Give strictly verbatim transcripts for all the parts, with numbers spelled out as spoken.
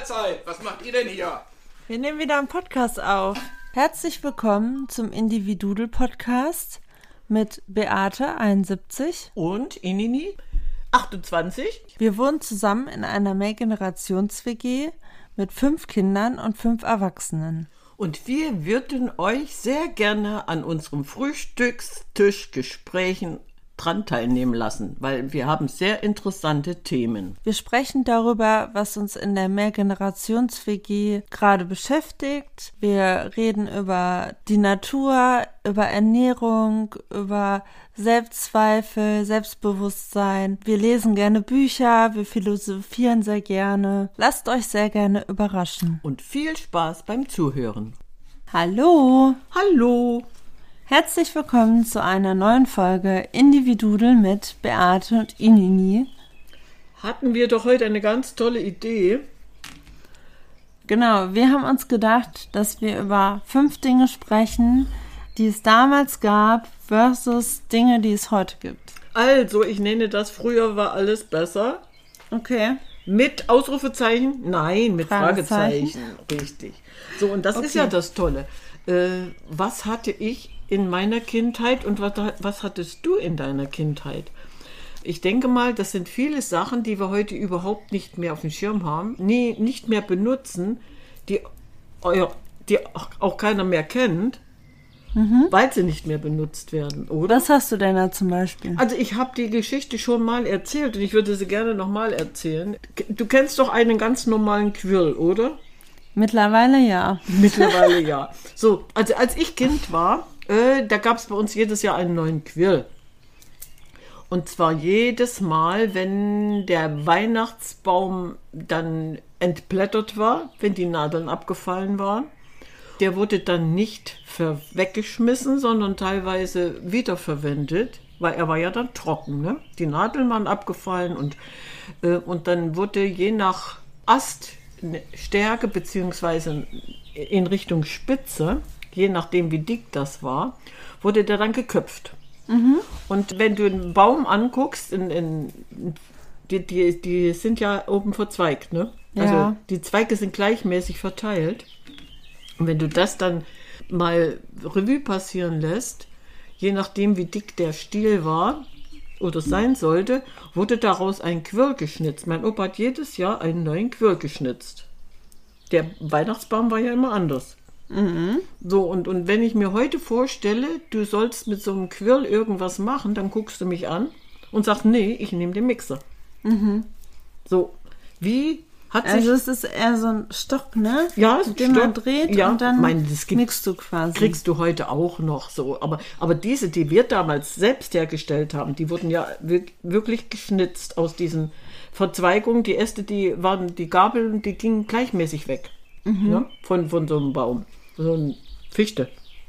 Mahlzeit. Was macht ihr denn hier? Wir nehmen wieder einen Podcast auf. Herzlich willkommen zum Individudel-Podcast mit Beate, einundsiebzig. Und Inini, achtundzwanzig. Wir wohnen zusammen in einer Mehrgenerations-W G mit fünf Kindern und fünf Erwachsenen. Und wir würden euch sehr gerne an unserem Frühstückstischgesprächen dran teilnehmen lassen, weil wir haben sehr interessante Themen. Wir sprechen darüber, was uns in der Mehrgenerations-W G gerade beschäftigt. Wir reden über die Natur, über Ernährung, über Selbstzweifel, Selbstbewusstsein. Wir lesen gerne Bücher, wir philosophieren sehr gerne. Lasst euch sehr gerne überraschen. Und viel Spaß beim Zuhören. Hallo! Hallo! Herzlich willkommen zu einer neuen Folge Individudel mit Beate und Inini. Hatten wir doch heute eine ganz tolle Idee. Genau, wir haben uns gedacht, dass wir über fünf Dinge sprechen, die es damals gab, versus Dinge, die es heute gibt. Also, ich nenne das, früher war alles besser. Okay. Mit Ausrufezeichen? Nein, mit Fragezeichen. Fragezeichen. Richtig. So, und das Okay. ist ja das Tolle. Äh, was hatte ich in meiner Kindheit und was, was hattest du in deiner Kindheit? Ich denke mal, das sind viele Sachen, die wir heute überhaupt nicht mehr auf dem Schirm haben, nie, nicht mehr benutzen, die, die auch, auch keiner mehr kennt, mhm. weil sie nicht mehr benutzt werden, oder? Was hast du denn da zum Beispiel? Also ich habe die Geschichte schon mal erzählt und ich würde sie gerne nochmal erzählen. Du kennst doch einen ganz normalen Quirl, oder? Mittlerweile ja. Mittlerweile ja. So, also als ich Kind war, äh, da gab es bei uns jedes Jahr einen neuen Quirl. Und zwar jedes Mal, wenn der Weihnachtsbaum dann entblättert war, wenn die Nadeln abgefallen waren. Der wurde dann nicht ver- weggeschmissen, sondern teilweise wiederverwendet, weil er war ja dann trocken. Ne? Die Nadeln waren abgefallen und, äh, und dann wurde je nach Aststärke beziehungsweise in Richtung Spitze, je nachdem wie dick das war, wurde der dann geköpft. Mhm. Und wenn du einen Baum anguckst, in, in, die, die, die sind ja oben verzweigt, ne? Also Ja. die Zweige sind gleichmäßig verteilt. Und wenn du das dann mal Revue passieren lässt, je nachdem wie dick der Stiel war oder sein sollte, wurde daraus ein Quirl geschnitzt. Mein Opa hat jedes Jahr einen neuen Quirl geschnitzt. Der Weihnachtsbaum war ja immer anders. Mhm. So, und, und wenn ich mir heute vorstelle, du sollst mit so einem Quirl irgendwas machen, dann guckst du mich an und sagst, nee, ich nehme den Mixer. Mhm. So, wie hat sich... Also es ist eher so ein Stock, ne? Ja, es ist mit ein dem man Stock. dreht Ja, und dann mein, das gibt- mixt du quasi. Kriegst du heute auch noch so. Aber, aber diese, die wir damals selbst hergestellt haben, die wurden ja wir- wirklich geschnitzt aus diesen Verzweigungen. Die Äste, die waren, die Gabeln, die gingen gleichmäßig weg. Mhm. Ja, von, von so einem Baum. So eine Fichte.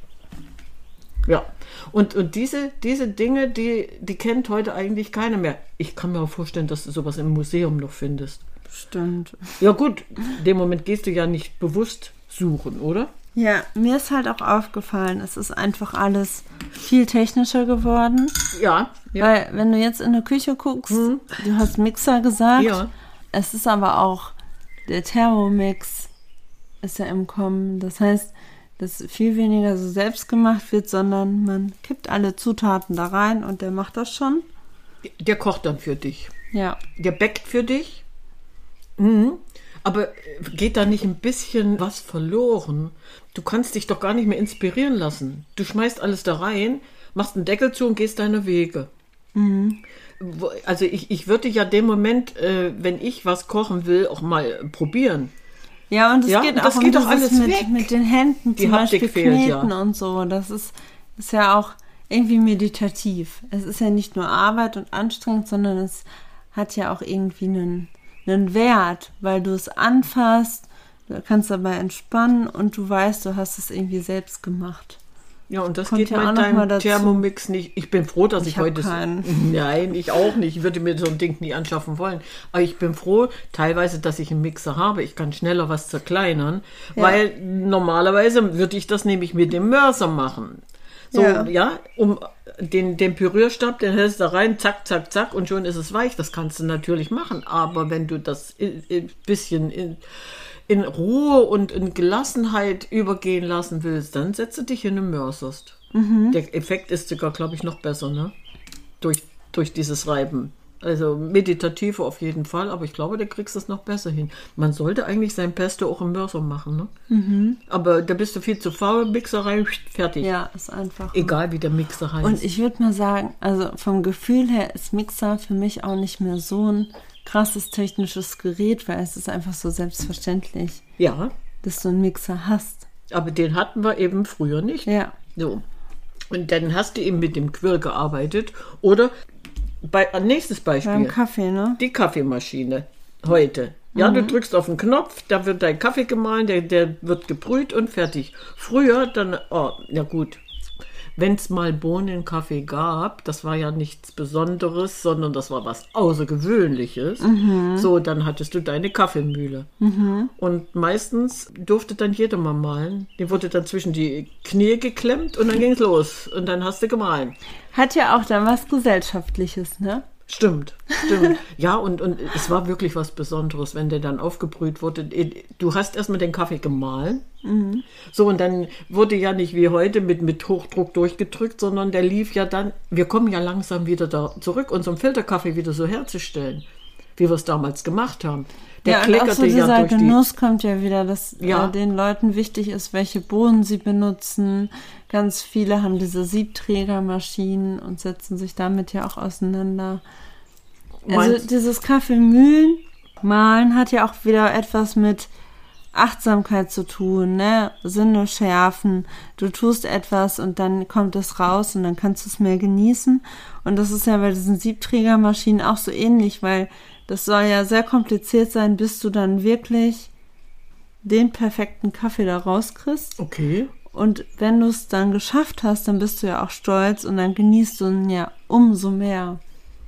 Ja. Und, und diese, diese Dinge, die, die kennt heute eigentlich keiner mehr. Ich kann mir auch vorstellen, dass du sowas im Museum noch findest. Stimmt. Ja gut, in dem Moment gehst du ja nicht bewusst suchen, oder? Ja, mir ist halt auch aufgefallen, es ist einfach alles viel technischer geworden. Ja. ja. Weil, wenn du jetzt in der Küche guckst, du hast Mixer gesagt, Ja. es ist aber auch der Thermomix ist ja im Kommen. Das heißt, dass viel weniger so selbst gemacht wird, sondern man kippt alle Zutaten da rein und der macht das schon. Der kocht dann für dich. Ja. Der backt für dich. Mhm. Aber geht da nicht ein bisschen was verloren? Du kannst dich doch gar nicht mehr inspirieren lassen. Du schmeißt alles da rein, machst einen Deckel zu und gehst deine Wege. Mhm. Also ich, ich würde ja dem Moment, äh, wenn ich was kochen will, auch mal probieren. Ja, und es Ja, geht und auch das um geht doch dieses alles mit, weg. mit den Händen, Die zum Haptik Beispiel fehlt, kneten ja. und so. Das ist, ist ja auch irgendwie meditativ. Es ist ja nicht nur Arbeit und anstrengend, sondern es hat ja auch irgendwie einen, einen Wert, weil du es anfasst, du kannst dabei entspannen und du weißt, du hast es irgendwie selbst gemacht. Ja, und das Kommt geht ja auch mit noch mal deinem dazu. Thermomix nicht. Ich bin froh, dass ich, Ich hab heute... keinen. Nein, ich auch nicht. Ich würde mir so ein Ding nie anschaffen wollen. Aber ich bin froh, teilweise, dass ich einen Mixer habe. Ich kann schneller was zerkleinern. Ja. Weil normalerweise würde ich das nämlich mit dem Mörser machen. So, Ja. ja, um den, den Pürierstab, den hältst du da rein, zack, zack, zack und schon ist es weich. Das kannst du natürlich machen, aber wenn du das ein bisschen in, in Ruhe und in Gelassenheit übergehen lassen willst, dann setze dich hin und mörserst. Mhm. Der Effekt ist sogar, glaube ich, noch besser, ne? Durch, durch dieses Reiben. Also meditativ auf jeden Fall, aber ich glaube, da kriegst du es noch besser hin. Man sollte eigentlich sein Pesto auch im Mörser machen, ne? Mhm. Aber da bist du viel zu faul, Mixer rein, fertig. Ja, ist einfach. Egal, wie der Mixer heißt. Und ich würde mal sagen, also vom Gefühl her ist Mixer für mich auch nicht mehr so ein krasses technisches Gerät, weil es ist einfach so selbstverständlich, ja, dass du einen Mixer hast. Aber den hatten wir eben früher nicht. Ja. So. Und dann hast du eben mit dem Quirl gearbeitet. Oder bei, nächstes Beispiel. Beim Kaffee, ne? Die Kaffeemaschine heute. Ja, mhm. Du drückst auf den Knopf, da wird dein Kaffee gemahlen, der, der wird gebrüht und fertig. Früher dann, oh, na gut, wenn es mal Bohnenkaffee gab, das war ja nichts Besonderes, sondern das war was Außergewöhnliches. Mhm. So, dann hattest du deine Kaffeemühle. Mhm. Und meistens durfte dann jeder mal mahlen. Die wurde dann zwischen die Knie geklemmt und dann ging es los. Und dann hast du gemahlen. Hat ja auch dann was Gesellschaftliches, ne? Stimmt, stimmt. Ja, und, und es war wirklich was Besonderes, wenn der dann aufgebrüht wurde. Du hast erstmal den Kaffee gemahlen. Mhm. So, und dann wurde ja nicht wie heute mit, mit Hochdruck durchgedrückt, sondern der lief ja dann, wir kommen ja langsam wieder da zurück, unseren Filterkaffee wieder so herzustellen, wie wir es damals gemacht haben. Der ja, und auch so dieser ja durch Genuss die, kommt ja wieder, dass ja. äh, den Leuten wichtig ist, welche Bohnen sie benutzen. Ganz viele haben diese Siebträgermaschinen und setzen sich damit ja auch auseinander. Also Meinst? Dieses Kaffeemühlen mahlen hat ja auch wieder etwas mit Achtsamkeit zu tun, ne? Sinne schärfen. Du tust etwas und dann kommt es raus und dann kannst du es mehr genießen. Und das ist ja bei diesen Siebträgermaschinen auch so ähnlich, weil das soll ja sehr kompliziert sein, bis du dann wirklich den perfekten Kaffee da rauskriegst. Okay. Und wenn du es dann geschafft hast, dann bist du ja auch stolz und dann genießt du ihn ja umso mehr.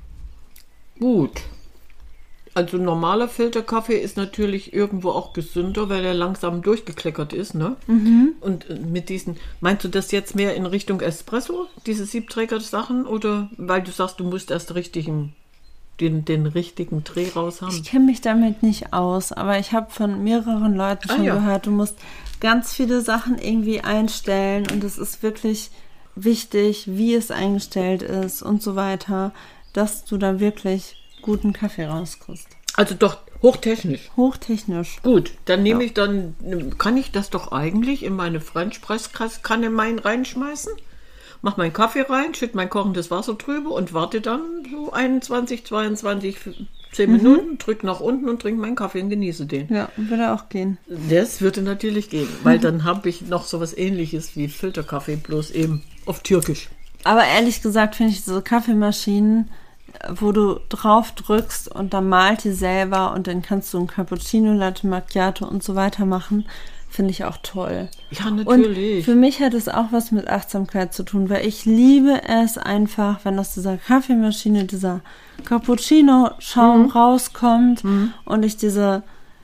Gut. Also normaler Filterkaffee ist natürlich irgendwo auch gesünder, weil er langsam durchgekleckert ist, ne? Mhm. Und mit diesen, meinst du das jetzt mehr in Richtung Espresso, diese Siebträger-Sachen? Oder weil du sagst, du musst erst richtigen, den, den richtigen Dreh raus haben? Ich kenne mich damit nicht aus, aber ich habe von mehreren Leuten schon ah, ja. gehört, du musst ganz viele Sachen irgendwie einstellen und es ist wirklich wichtig, wie es eingestellt ist und so weiter, dass du da wirklich guten Kaffee rauskriegst. Also doch hochtechnisch. Hochtechnisch. Gut, dann nehme ja. ich dann, kann ich das doch eigentlich in meine French Press Kanne meinen reinschmeißen? Mach meinen Kaffee rein, schütte mein kochendes Wasser drüber und warte dann so einundzwanzig, zweiundzwanzig, zehn mhm. Minuten, drück nach unten und trinke meinen Kaffee und genieße den. Ja, würde auch gehen. Das würde natürlich gehen, weil dann habe ich noch so was Ähnliches wie Filterkaffee, bloß eben auf Türkisch. Aber ehrlich gesagt finde ich diese Kaffeemaschinen, wo du drauf drückst und dann malt die selber und dann kannst du ein Cappuccino, Latte Macchiato und so weiter machen, finde ich auch toll. Ja, natürlich. Und für mich hat es auch was mit Achtsamkeit zu tun, weil ich liebe es einfach, wenn aus dieser Kaffeemaschine dieser Cappuccino-Schaum mhm. rauskommt mhm. und ich diese,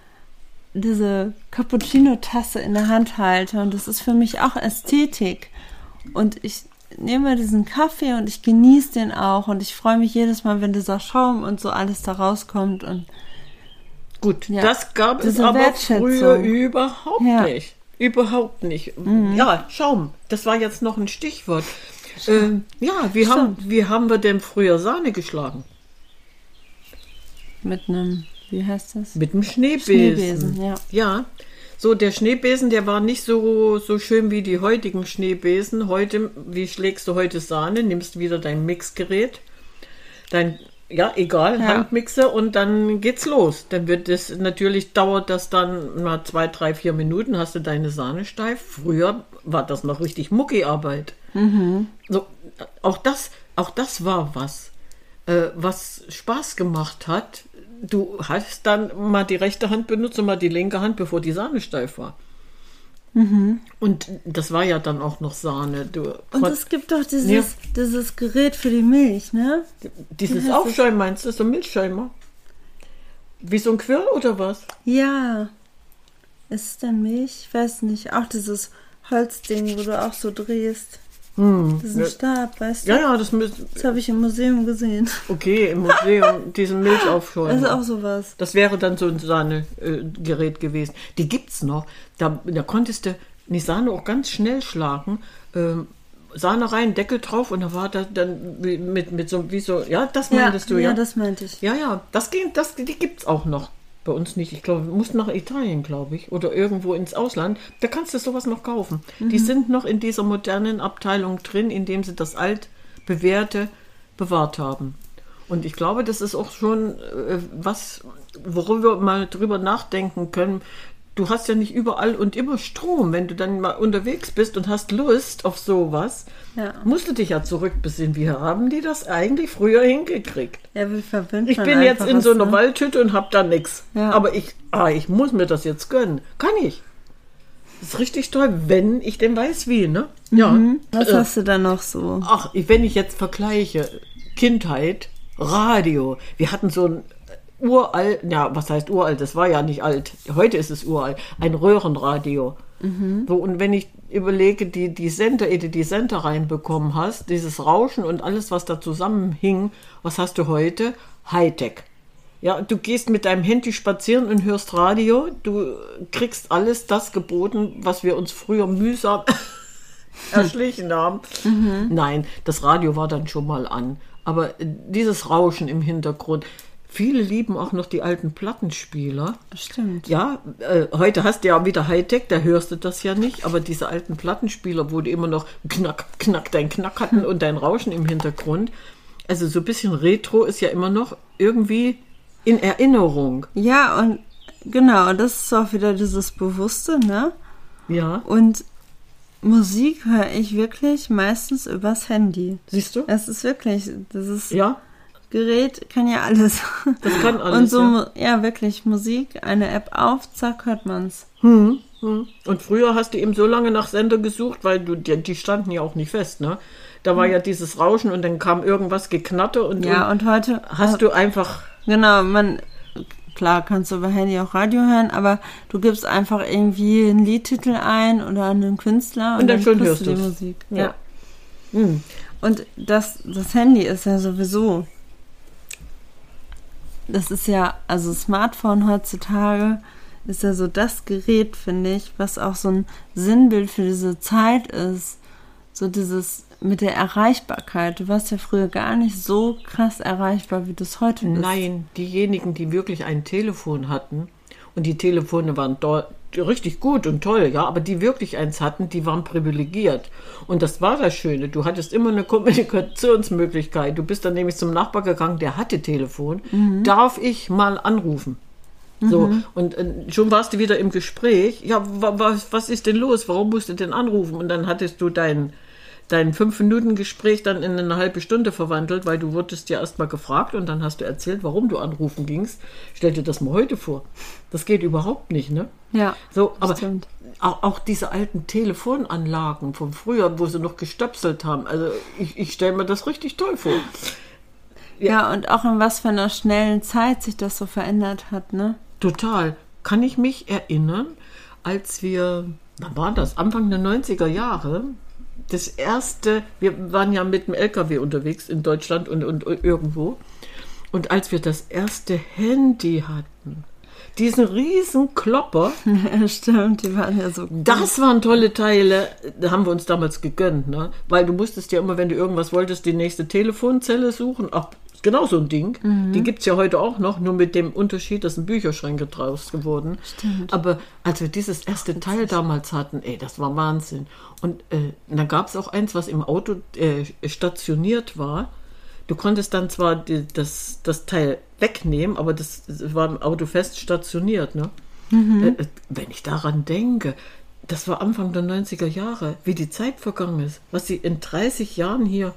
diese Cappuccino-Tasse in der Hand halte und das ist für mich auch Ästhetik und ich nehme diesen Kaffee und ich genieße den auch und ich freue mich jedes Mal, wenn dieser Schaum und so alles da rauskommt. Und gut, ja, das gab es aber früher überhaupt ja. nicht. Überhaupt nicht. Mhm. Ja, Schaum, das war jetzt noch ein Stichwort. Äh, ja, wie haben, wie haben wir denn früher Sahne geschlagen? Mit einem, wie heißt das? Mit einem Schneebesen. Schneebesen, ja. Ja. So, der Schneebesen, der war nicht so, so schön wie die heutigen Schneebesen. Heute, wie schlägst du heute Sahne? Nimmst wieder dein Mixgerät, dein, ja, egal, ja. Handmixer und dann geht's los. Dann wird es, natürlich dauert das dann mal zwei, drei, vier Minuten, hast du deine Sahne steif. Früher war das noch richtig Muckiarbeit. Mhm. So, auch das, auch das war was, äh, was Spaß gemacht hat. Du hast dann mal die rechte Hand benutzt und mal die linke Hand, bevor die Sahne steif war. Mhm. Und das war ja dann auch noch Sahne. Du und es gibt doch dieses, ja. dieses Gerät für die Milch, ne? Dieses Aufschäumen meinst du, so ein Milchschäumer? Wie so ein Quirl oder was? Ja. Ist es denn Milch? Ich weiß nicht. Auch dieses Holzding, wo du auch so drehst. Hm. Diesen Stab, weißt du? Ja, ja, das müsst, Das habe ich im Museum gesehen. okay, im Museum, diesen Milchaufschäumer. Das ist auch sowas. Das wäre dann so ein Sahnegerät gewesen. Die gibt's noch. Da, da konntest du die Sahne auch ganz schnell schlagen. Ähm, Sahne rein, Deckel drauf und da war das dann mit, mit so, wie so, ja, das meintest ja, du, ja? Ja, das meinte ich. Ja, ja, das geht, das, die gibt's auch noch. Bei uns nicht. Ich glaube, wir mussten nach Italien, glaube ich, oder irgendwo ins Ausland. Da kannst du sowas noch kaufen. Mhm. Die sind noch in dieser modernen Abteilung drin, indem sie das altbewährte bewahrt haben. Und ich glaube, das ist auch schon äh, was, worüber wir mal drüber nachdenken können. Du hast ja nicht überall und immer Strom. Wenn du dann mal unterwegs bist und hast Lust auf sowas, ja. musst du dich ja zurückbesinnen. Wie haben die das eigentlich früher hingekriegt? Ja, wie verbindet ich man bin jetzt in was, so einer ne? Waldhütte und hab da nichts. Ja. Aber ich, ah, ich muss mir das jetzt gönnen. Kann ich. Das ist richtig toll, wenn ich denn weiß wie, ne? Ja. Mhm. Was äh, hast du da noch so? Ach, wenn ich jetzt vergleiche, Kindheit, Radio. Wir hatten so ein uralt, ja, was heißt uralt? Das war ja nicht alt. Heute ist es uralt. Ein Röhrenradio. Mhm. So, und wenn ich überlege, die, die Sender, ehe du die Sender reinbekommen hast, dieses Rauschen und alles, was da zusammenhing, was hast du heute? Hightech. Ja, du gehst mit deinem Handy spazieren und hörst Radio. Du kriegst alles das geboten, was wir uns früher mühsam erschlichen haben. Mhm. Nein, das Radio war dann schon mal an. Aber dieses Rauschen im Hintergrund. Viele lieben auch noch die alten Plattenspieler. Stimmt. Ja, äh, heute hast du ja wieder Hightech, da hörst du das ja nicht, aber diese alten Plattenspieler, wo die immer noch knack, knack, dein Knack hatten hm. und dein Rauschen im Hintergrund. Also so ein bisschen Retro ist ja immer noch irgendwie in Erinnerung. Ja, und genau, das ist auch wieder dieses Bewusste, ne? Ja. Und Musik höre ich wirklich meistens übers Handy. Siehst du? Es ist wirklich, das ist... Ja. Gerät kann ja alles. Das kann alles, und so, ja. ja, wirklich, Musik, eine App auf, zack, hört man's. Hm, hm. Und früher hast du eben so lange nach Sender gesucht, weil du die, die standen ja auch nicht fest, ne? Da war hm. ja dieses Rauschen und dann kam irgendwas geknatter und, ja, und, und heute hast du einfach... Genau, man, klar, kannst du über Handy auch Radio hören, aber du gibst einfach irgendwie einen Liedtitel ein oder einen Künstler und, und dann, dann hörst du die das. Musik. Ja. ja. Hm. Und das, das Handy ist ja sowieso... Das ist ja, also Smartphone heutzutage ist ja so das Gerät, finde ich, was auch so ein Sinnbild für diese Zeit ist. So dieses mit der Erreichbarkeit. Du warst ja früher gar nicht so krass erreichbar, wie du es heute bist. Nein, diejenigen, die wirklich ein Telefon hatten, und die Telefone waren do- richtig gut und toll, ja, aber die wirklich eins hatten, die waren privilegiert. Und das war das Schöne. Du hattest immer eine Kommunikationsmöglichkeit. Du bist dann nämlich zum Nachbar gegangen, der hatte Telefon. Mhm. Darf ich mal anrufen? Mhm. So, und äh, schon warst du wieder im Gespräch. Ja, wa- was, was ist denn los? Warum musst du denn anrufen? Und dann hattest du dein dein fünf-Minuten-Gespräch dann in eine halbe Stunde verwandelt, weil du wurdest ja erst mal gefragt und dann hast du erzählt, warum du anrufen gingst. Stell dir das mal heute vor. Das geht überhaupt nicht, ne? Ja, so, aber stimmt. Auch, auch diese alten Telefonanlagen von früher, wo sie noch gestöpselt haben, also ich, ich stelle mir das richtig toll vor. Ja. ja, und auch in was für einer schnellen Zeit sich das so verändert hat, ne? Total. Kann ich mich erinnern, als wir, wann war das? Anfang der neunziger Jahre, das erste, wir waren ja mit dem L K W unterwegs in Deutschland und, und, und irgendwo. Und als wir das erste Handy hatten, diesen riesen Klopper. Ja, stimmt, die waren ja so gut. Das waren tolle Teile, da haben wir uns damals gegönnt, ne? Weil du musstest ja immer, wenn du irgendwas wolltest, die nächste Telefonzelle suchen. Ach, genau so ein Ding. Mhm. Die gibt es ja heute auch noch, nur mit dem Unterschied, dass ein Bücherschränke draus geworden. Stimmt. Aber als wir dieses erste Teil damals hatten, ey, das war Wahnsinn. Und äh, dann gab es auch eins, was im Auto äh, stationiert war. Du konntest dann zwar die, das, das Teil wegnehmen, aber das, das war im Auto fest stationiert, ne? Mhm. Äh, wenn ich daran denke, das war Anfang der neunziger Jahre, wie die Zeit vergangen ist, was sie in dreißig Jahren hier,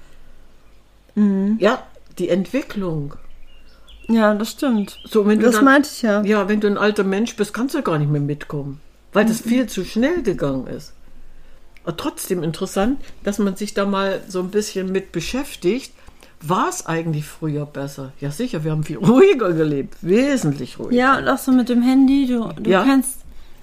mhm. ja, die Entwicklung. Ja, das stimmt. So, wenn das du dann, meinte ich ja. Ja, wenn du ein alter Mensch bist, kannst du gar nicht mehr mitkommen, weil mhm. das viel zu schnell gegangen ist. Aber trotzdem interessant, dass man sich da mal so ein bisschen mit beschäftigt. War es eigentlich früher besser? Ja, sicher, wir haben viel ruhiger gelebt, wesentlich ruhiger. Ja, und auch so mit dem Handy, du, du ja. kannst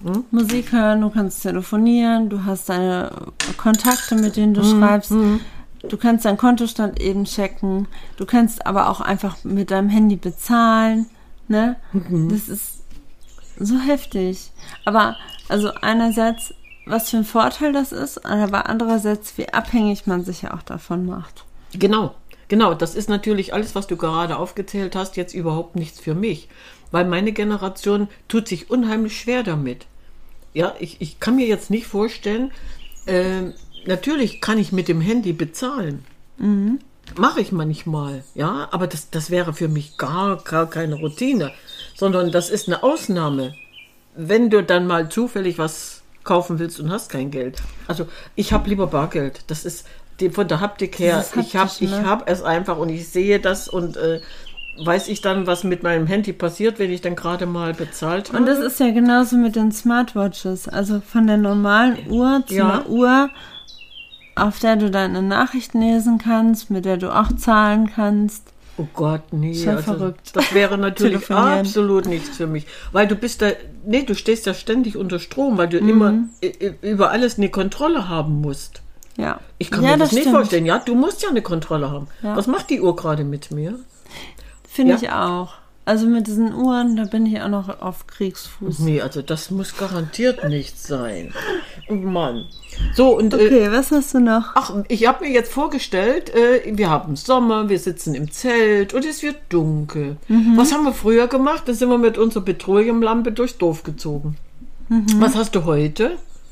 Hm? Musik hören, du kannst telefonieren, du hast deine Kontakte, mit denen du hm. schreibst. Hm. Du kannst deinen Kontostand eben checken. Du kannst aber auch einfach mit deinem Handy bezahlen. Ne? Mhm. Das ist so heftig. Aber also einerseits, was für ein Vorteil das ist, aber andererseits, wie abhängig man sich ja auch davon macht. Genau, genau. Das ist natürlich alles, was du gerade aufgezählt hast, jetzt überhaupt nichts für mich. Weil meine Generation tut sich unheimlich schwer damit. Ja, ich, ich kann mir jetzt nicht vorstellen, äh, natürlich kann ich mit dem Handy bezahlen. Mhm. Mache ich manchmal, ja, aber das, das wäre für mich gar, gar keine Routine, sondern das ist eine Ausnahme, wenn du dann mal zufällig was kaufen willst und hast kein Geld. Also ich habe lieber Bargeld, das ist die, von der Haptik her, ich habe ich ne? hab es einfach und ich sehe das und äh, weiß ich dann, was mit meinem Handy passiert, wenn ich dann gerade mal bezahlt habe. Und das ist ja genauso mit den Smartwatches, also von der normalen Uhr zu ja. einer Uhr, auf der du deine Nachrichten lesen kannst, mit der du auch zahlen kannst. Oh Gott, nee. Schon also, verrückt. Das wäre natürlich absolut nichts für mich. Weil du bist da, nee, du stehst ja ständig unter Strom, weil du mhm. immer über alles eine Kontrolle haben musst. Ja. Ich kann ja, mir das, das nicht stimmt. vorstellen. Ja, du musst ja eine Kontrolle haben. Ja. Was macht die Uhr gerade mit mir? Finde ja? ich auch. Also mit diesen Uhren, da bin ich auch noch auf Kriegsfuß. Nee, also das muss garantiert nicht sein. Oh Mann. So, und, okay, äh, was hast du noch? Ach, ich habe mir jetzt vorgestellt, äh, wir haben Sommer, wir sitzen im Zelt und es wird dunkel. Mhm. Was haben wir früher gemacht? Da sind wir mit unserer Petroleumlampe durchs Dorf gezogen. Mhm. Was hast du heute?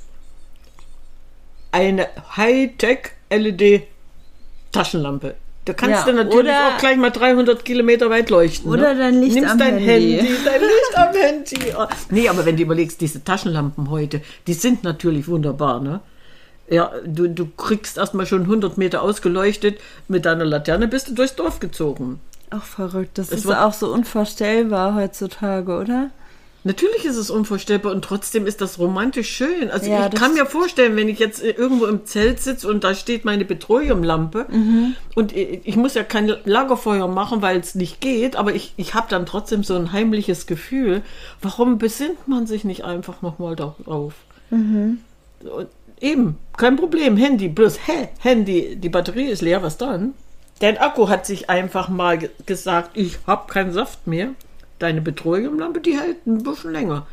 Eine Hightech-L E D-Taschenlampe. Da kannst ja, du natürlich oder, auch gleich mal dreihundert Kilometer weit leuchten. Oder ne? dein Licht Nimmst am dein Handy. Handy. Dein Licht am Handy. Oh. Nee, aber wenn du überlegst, diese Taschenlampen heute, die sind natürlich wunderbar, ne? Ja, du, du kriegst erstmal schon hundert Meter ausgeleuchtet, mit deiner Laterne bist du durchs Dorf gezogen. Ach, verrückt. Das es ist auch so unvorstellbar heutzutage, oder? Natürlich ist es unvorstellbar und trotzdem ist das romantisch schön. Also ja, ich kann mir vorstellen, wenn ich jetzt irgendwo im Zelt sitze und da steht meine Petroleumlampe mhm. und ich muss ja kein Lagerfeuer machen, weil es nicht geht, aber ich, ich habe dann trotzdem so ein heimliches Gefühl. Warum besinnt man sich nicht einfach nochmal darauf? Mhm. Eben, kein Problem, Handy, bloß hä, Handy, die Batterie ist leer, was dann? Dein Akku hat sich einfach mal ge- gesagt, ich habe keinen Saft mehr. Deine Petroleumlampe, die hält ein bisschen länger.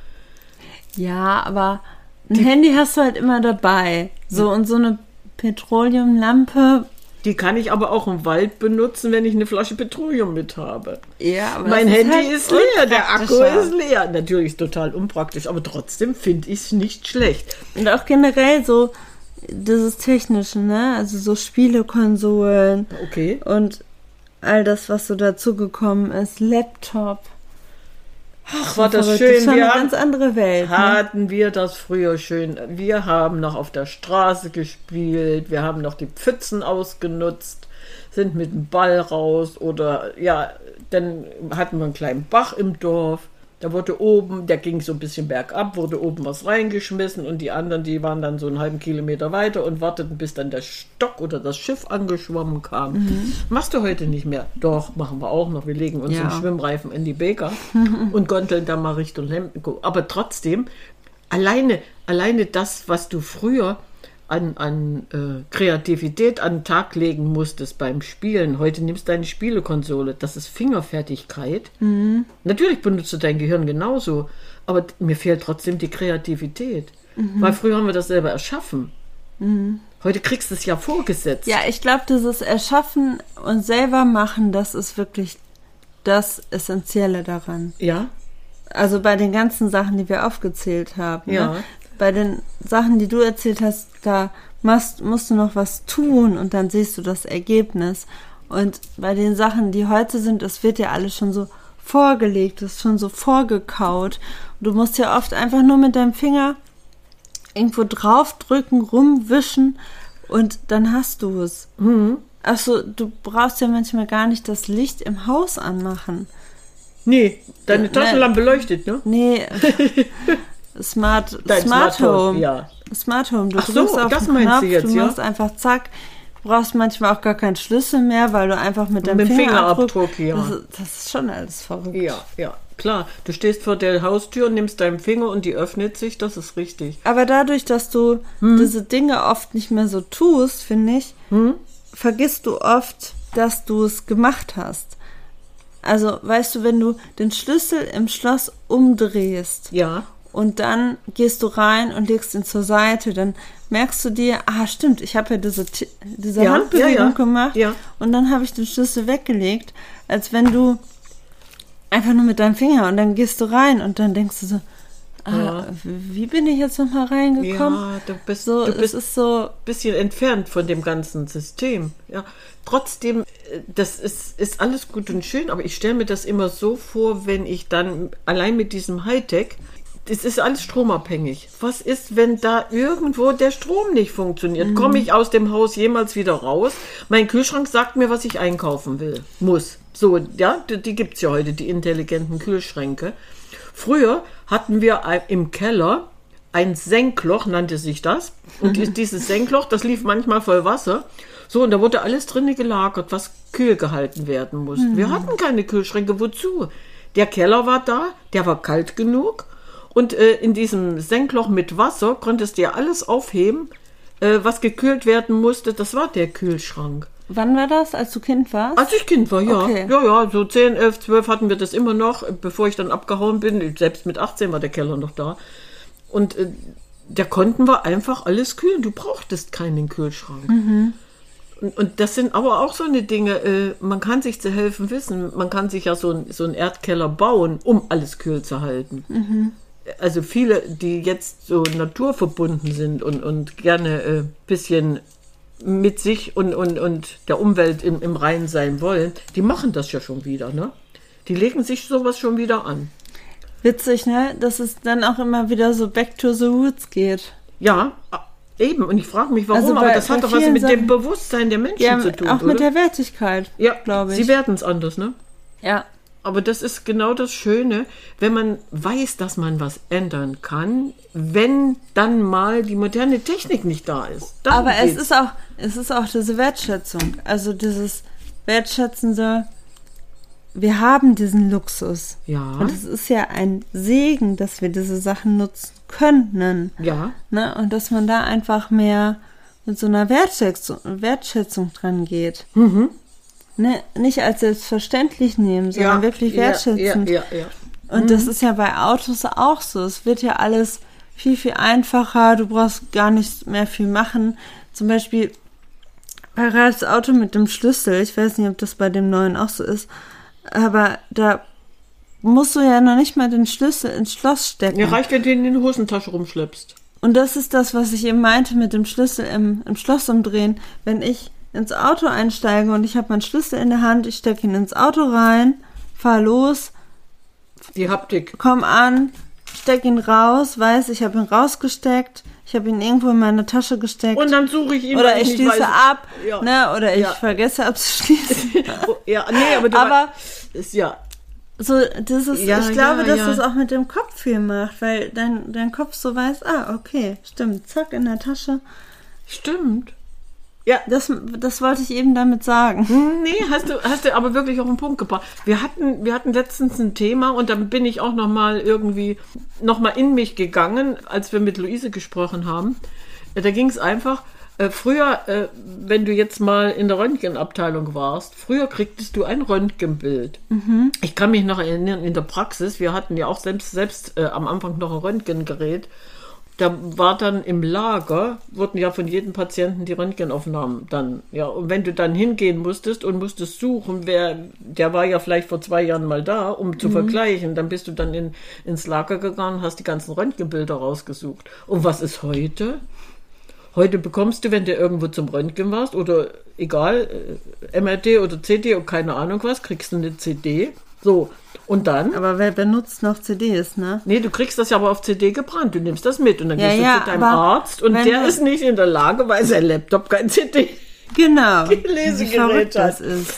Ja, aber ein die, Handy hast du halt immer dabei. So, und so eine Petroleumlampe. Die kann ich aber auch im Wald benutzen, wenn ich eine Flasche Petroleum mit habe. Ja, aber mein ist Handy halt ist leer, der Akku ist leer. Natürlich ist total unpraktisch, aber trotzdem finde ich es nicht schlecht. Und auch generell so dieses Technische, ne? Also so Spielekonsolen. Okay. Und all das, was so dazugekommen ist. Laptop. Ach, war das verrückt. schön. Das war wir eine ganz andere Welt. Hatten ne? wir das früher schön. Wir haben noch auf der Straße gespielt, wir haben noch die Pfützen ausgenutzt, sind mit dem Ball raus oder ja, dann hatten wir einen kleinen Bach im Dorf. Da wurde oben, der ging so ein bisschen bergab, wurde oben was reingeschmissen und die anderen, die waren dann so einen halben Kilometer weiter und warteten, bis dann der Stock oder das Schiff angeschwommen kam. Mhm. Machst du heute nicht mehr? Doch, machen wir auch noch. Wir legen uns ja. den Schwimmreifen in die Beker und gondeln da mal Richtung Lemgo. Aber trotzdem, alleine, alleine das, was du früher an, an äh, Kreativität an den Tag legen musstest beim Spielen. Heute nimmst du deine Spielekonsole. Das ist Fingerfertigkeit. Mhm. Natürlich benutzt du dein Gehirn genauso, aber mir fehlt trotzdem die Kreativität. Mhm. Weil früher haben wir das selber erschaffen. Mhm. Heute kriegst du es ja vorgesetzt. Ja, ich glaube, dieses Erschaffen und selber machen, das ist wirklich das Essentielle daran. Ja. Also bei den ganzen Sachen, die wir aufgezählt haben. Ja. Ne? Bei den Sachen, die du erzählt hast, da musst, musst du noch was tun und dann siehst du das Ergebnis. Und bei den Sachen, die heute sind, es wird ja alles schon so vorgelegt, es ist schon so vorgekaut. Und du musst ja oft einfach nur mit deinem Finger irgendwo draufdrücken, rumwischen und dann hast du es. Mhm. Achso, du brauchst ja manchmal gar nicht das Licht im Haus anmachen. Nee, deine Taschenlampe leuchtet, ne? Nee. Smart, Dein Smart, Smart Home. Ja. Smart Home. Du Ach so, drückst auf das den meinst Knopf, du jetzt, du ja? machst einfach zack, brauchst manchmal auch gar keinen Schlüssel mehr, weil du einfach mit deinem Mit dem Fingerabdruck, Fingerabdruck, ja. Das, das ist schon alles verrückt. Ja, ja, klar. Du stehst vor der Haustür und nimmst deinen Finger und die öffnet sich, das ist richtig. Aber dadurch, dass du hm. diese Dinge oft nicht mehr so tust, finde ich, hm? vergisst du oft, dass du es gemacht hast. Also, weißt du, wenn du den Schlüssel im Schloss umdrehst ja. und dann gehst du rein und legst ihn zur Seite, dann merkst du dir, ah, stimmt, ich habe ja diese, diese ja, Handbewegung ja, ja. gemacht ja. und dann habe ich den Schlüssel weggelegt, als wenn du einfach nur mit deinem Finger und dann gehst du rein und dann denkst du so, ah, ja. wie bin ich jetzt nochmal reingekommen? Ja, du bist, so, du bist es ist so ein bisschen entfernt von dem ganzen System. Ja, trotzdem, das ist, ist alles gut und schön, aber ich stelle mir das immer so vor, wenn ich dann allein mit diesem Hightech, das ist alles stromabhängig. Was ist, wenn da irgendwo der Strom nicht funktioniert? Mhm. Komme ich aus dem Haus jemals wieder raus? Mein Kühlschrank sagt mir, was ich einkaufen will, muss. So, ja, die, die gibt es ja heute, die intelligenten Kühlschränke. Früher hatten wir im Keller ein Senkloch, nannte sich das. Und mhm. dieses Senkloch, das lief manchmal voll Wasser. So, und da wurde alles drin gelagert, was kühl gehalten werden musste. Mhm. Wir hatten keine Kühlschränke, wozu? Der Keller war da, der war kalt genug. Und äh, in diesem Senkloch mit Wasser konntest du ja alles aufheben, äh, was gekühlt werden musste. Das war der Kühlschrank. Wann war das, als du Kind warst? Als ich Kind war, ja. Okay. Ja, ja, so zehn, elf, zwölf hatten wir das immer noch, bevor ich dann abgehauen bin. Selbst mit achtzehn war der Keller noch da. Und äh, da konnten wir einfach alles kühlen. Du brauchtest keinen Kühlschrank. Mhm. Und, und das sind aber auch so eine Dinge, äh, man kann sich zu helfen wissen. Man kann sich ja so, ein, so einen Erdkeller bauen, um alles kühl zu halten. Mhm. Also viele, die jetzt so naturverbunden sind und, und gerne ein äh, bisschen mit sich und, und, und der Umwelt im, im Reinen sein wollen, die machen das ja schon wieder, ne? Die legen sich sowas schon wieder an. Witzig, ne? Dass es dann auch immer wieder so back to the roots geht. Ja, eben. Und ich frage mich, warum, also bei, aber das hat doch was mit Sachen, dem Bewusstsein der Menschen ja, zu tun, auch oder? mit der Wertigkeit, ja, glaube ich. Sie werden es anders, ne? Ja. Aber das ist genau das Schöne, wenn man weiß, dass man was ändern kann, wenn dann mal die moderne Technik nicht da ist. Dann Aber geht's. es ist auch, es ist auch diese Wertschätzung, also dieses wertschätzende, wir haben diesen Luxus. Ja. Und es ist ja ein Segen, dass wir diese Sachen nutzen können. Ja. Ne? Und dass man da einfach mehr mit so einer Wertschätzung, Wertschätzung dran geht. Mhm. Ne, nicht als selbstverständlich nehmen, sondern ja, wirklich wertschätzend. Ja, ja, ja. Und mhm. das ist ja bei Autos auch so. Es wird ja alles viel, viel einfacher. Du brauchst gar nicht mehr viel machen. Zum Beispiel bei Ralfs Auto mit dem Schlüssel. Ich weiß nicht, ob das bei dem neuen auch so ist. Aber da musst du ja noch nicht mal den Schlüssel ins Schloss stecken. Ja, reicht, wenn du ihn in die Hosentasche rumschleppst. Und das ist das, was ich eben meinte mit dem Schlüssel im, im Schloss umdrehen. Wenn ich ins Auto einsteige und ich habe meinen Schlüssel in der Hand, ich stecke ihn ins Auto rein, fahr los, die Haptik, komm an, steck ihn raus, weiß, ich habe ihn rausgesteckt, ich habe ihn irgendwo in meine Tasche gesteckt. Und dann suche ich ihn. Oder ich schließe weiß, ab, ja. ne, oder ich ja. vergesse abzuschließen. ja, nee, aber du aber ist ja so, das ist, ja, ich glaube, ja, dass ja. das auch mit dem Kopf viel macht, weil dein, dein Kopf so weiß, ah, okay, stimmt, zack, in der Tasche. Stimmt. Ja, das, das wollte ich eben damit sagen. Nee, hast du, hast du aber wirklich auf den Punkt gebracht. Wir hatten, wir hatten letztens ein Thema und dann bin ich auch nochmal irgendwie nochmal in mich gegangen, als wir mit Luise gesprochen haben. Da ging es einfach, äh, früher, äh, wenn du jetzt mal in der Röntgenabteilung warst, früher kriegtest du ein Röntgenbild. Mhm. Ich kann mich noch erinnern, in der Praxis, wir hatten ja auch selbst, selbst äh, am Anfang noch ein Röntgengerät. Da war dann im Lager, wurden ja von jedem Patienten die Röntgenaufnahmen dann, ja, und wenn du dann hingehen musstest und musstest suchen, wer, der war ja vielleicht vor zwei Jahren mal da, um zu mhm. vergleichen, dann bist du dann in, ins Lager gegangen, hast die ganzen Röntgenbilder rausgesucht. Und was ist heute? Heute bekommst du, wenn du irgendwo zum Röntgen warst, oder egal, M R T oder C T oder keine Ahnung was, kriegst du eine C D, so. Und dann? Aber wer benutzt noch C Ds, ne? Nee, du kriegst das ja aber auf C D gebrannt. Du nimmst das mit und dann ja, gehst du ja, zu deinem Arzt und der ist nicht in der Lage, weil sein Laptop kein C D genau. Lesegerät hat. Das ist.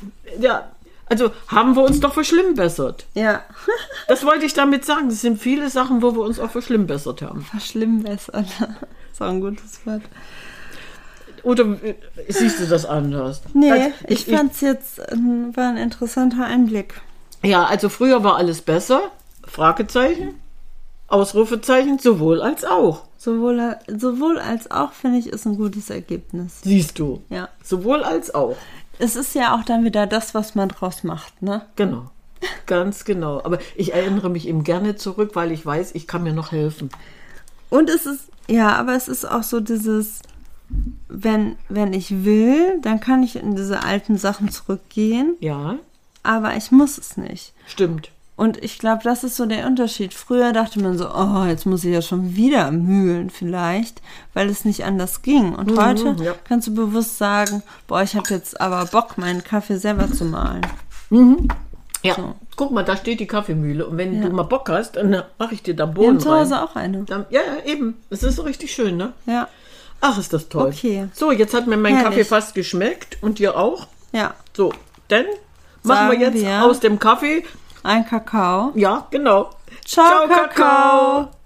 Ja, also haben wir uns doch verschlimmbessert. Ja. Das wollte ich damit sagen. Es sind viele Sachen, wo wir uns auch verschlimmbessert haben. Verschlimmbessert. Das ist auch ein gutes Wort. Oder äh, siehst du das anders? Nee, also, ich, ich fand es jetzt, äh, war ein interessanter Einblick. Ja, also früher war alles besser. Fragezeichen, Ausrufezeichen, sowohl als auch. Sowohl, sowohl als auch, finde ich, ist ein gutes Ergebnis. Siehst du? Ja. Sowohl als auch. Es ist ja auch dann wieder das, was man draus macht, ne? Genau. Ganz genau. Aber ich erinnere mich eben gerne zurück, weil ich weiß, ich kann mir noch helfen. Und es ist, ja, aber es ist auch so dieses, wenn, wenn ich will, dann kann ich in diese alten Sachen zurückgehen. Ja. Aber ich muss es nicht. Stimmt. Und ich glaube, das ist so der Unterschied. Früher dachte man so, oh, jetzt muss ich ja schon wieder mühlen vielleicht, weil es nicht anders ging. Und Mhm, heute ja. kannst du bewusst sagen, boah, ich habe jetzt aber Bock, meinen Kaffee selber zu mahlen. Mhm. Ja, So. guck mal, da steht die Kaffeemühle. Und wenn Ja. du mal Bock hast, dann mache ich dir da Wir Bohnen haben zu Hause rein. auch eine. Dann, ja, ja, eben. Es ist so richtig schön, ne? Ja, Ach, ist das toll. Okay. So, jetzt hat mir mein Herrlich. Kaffee fast geschmeckt. Und dir auch? ja. So, dann machen wir Sagen jetzt wir- aus dem Kaffee. Ein Kakao. Ja, genau. Ciao, Kakao.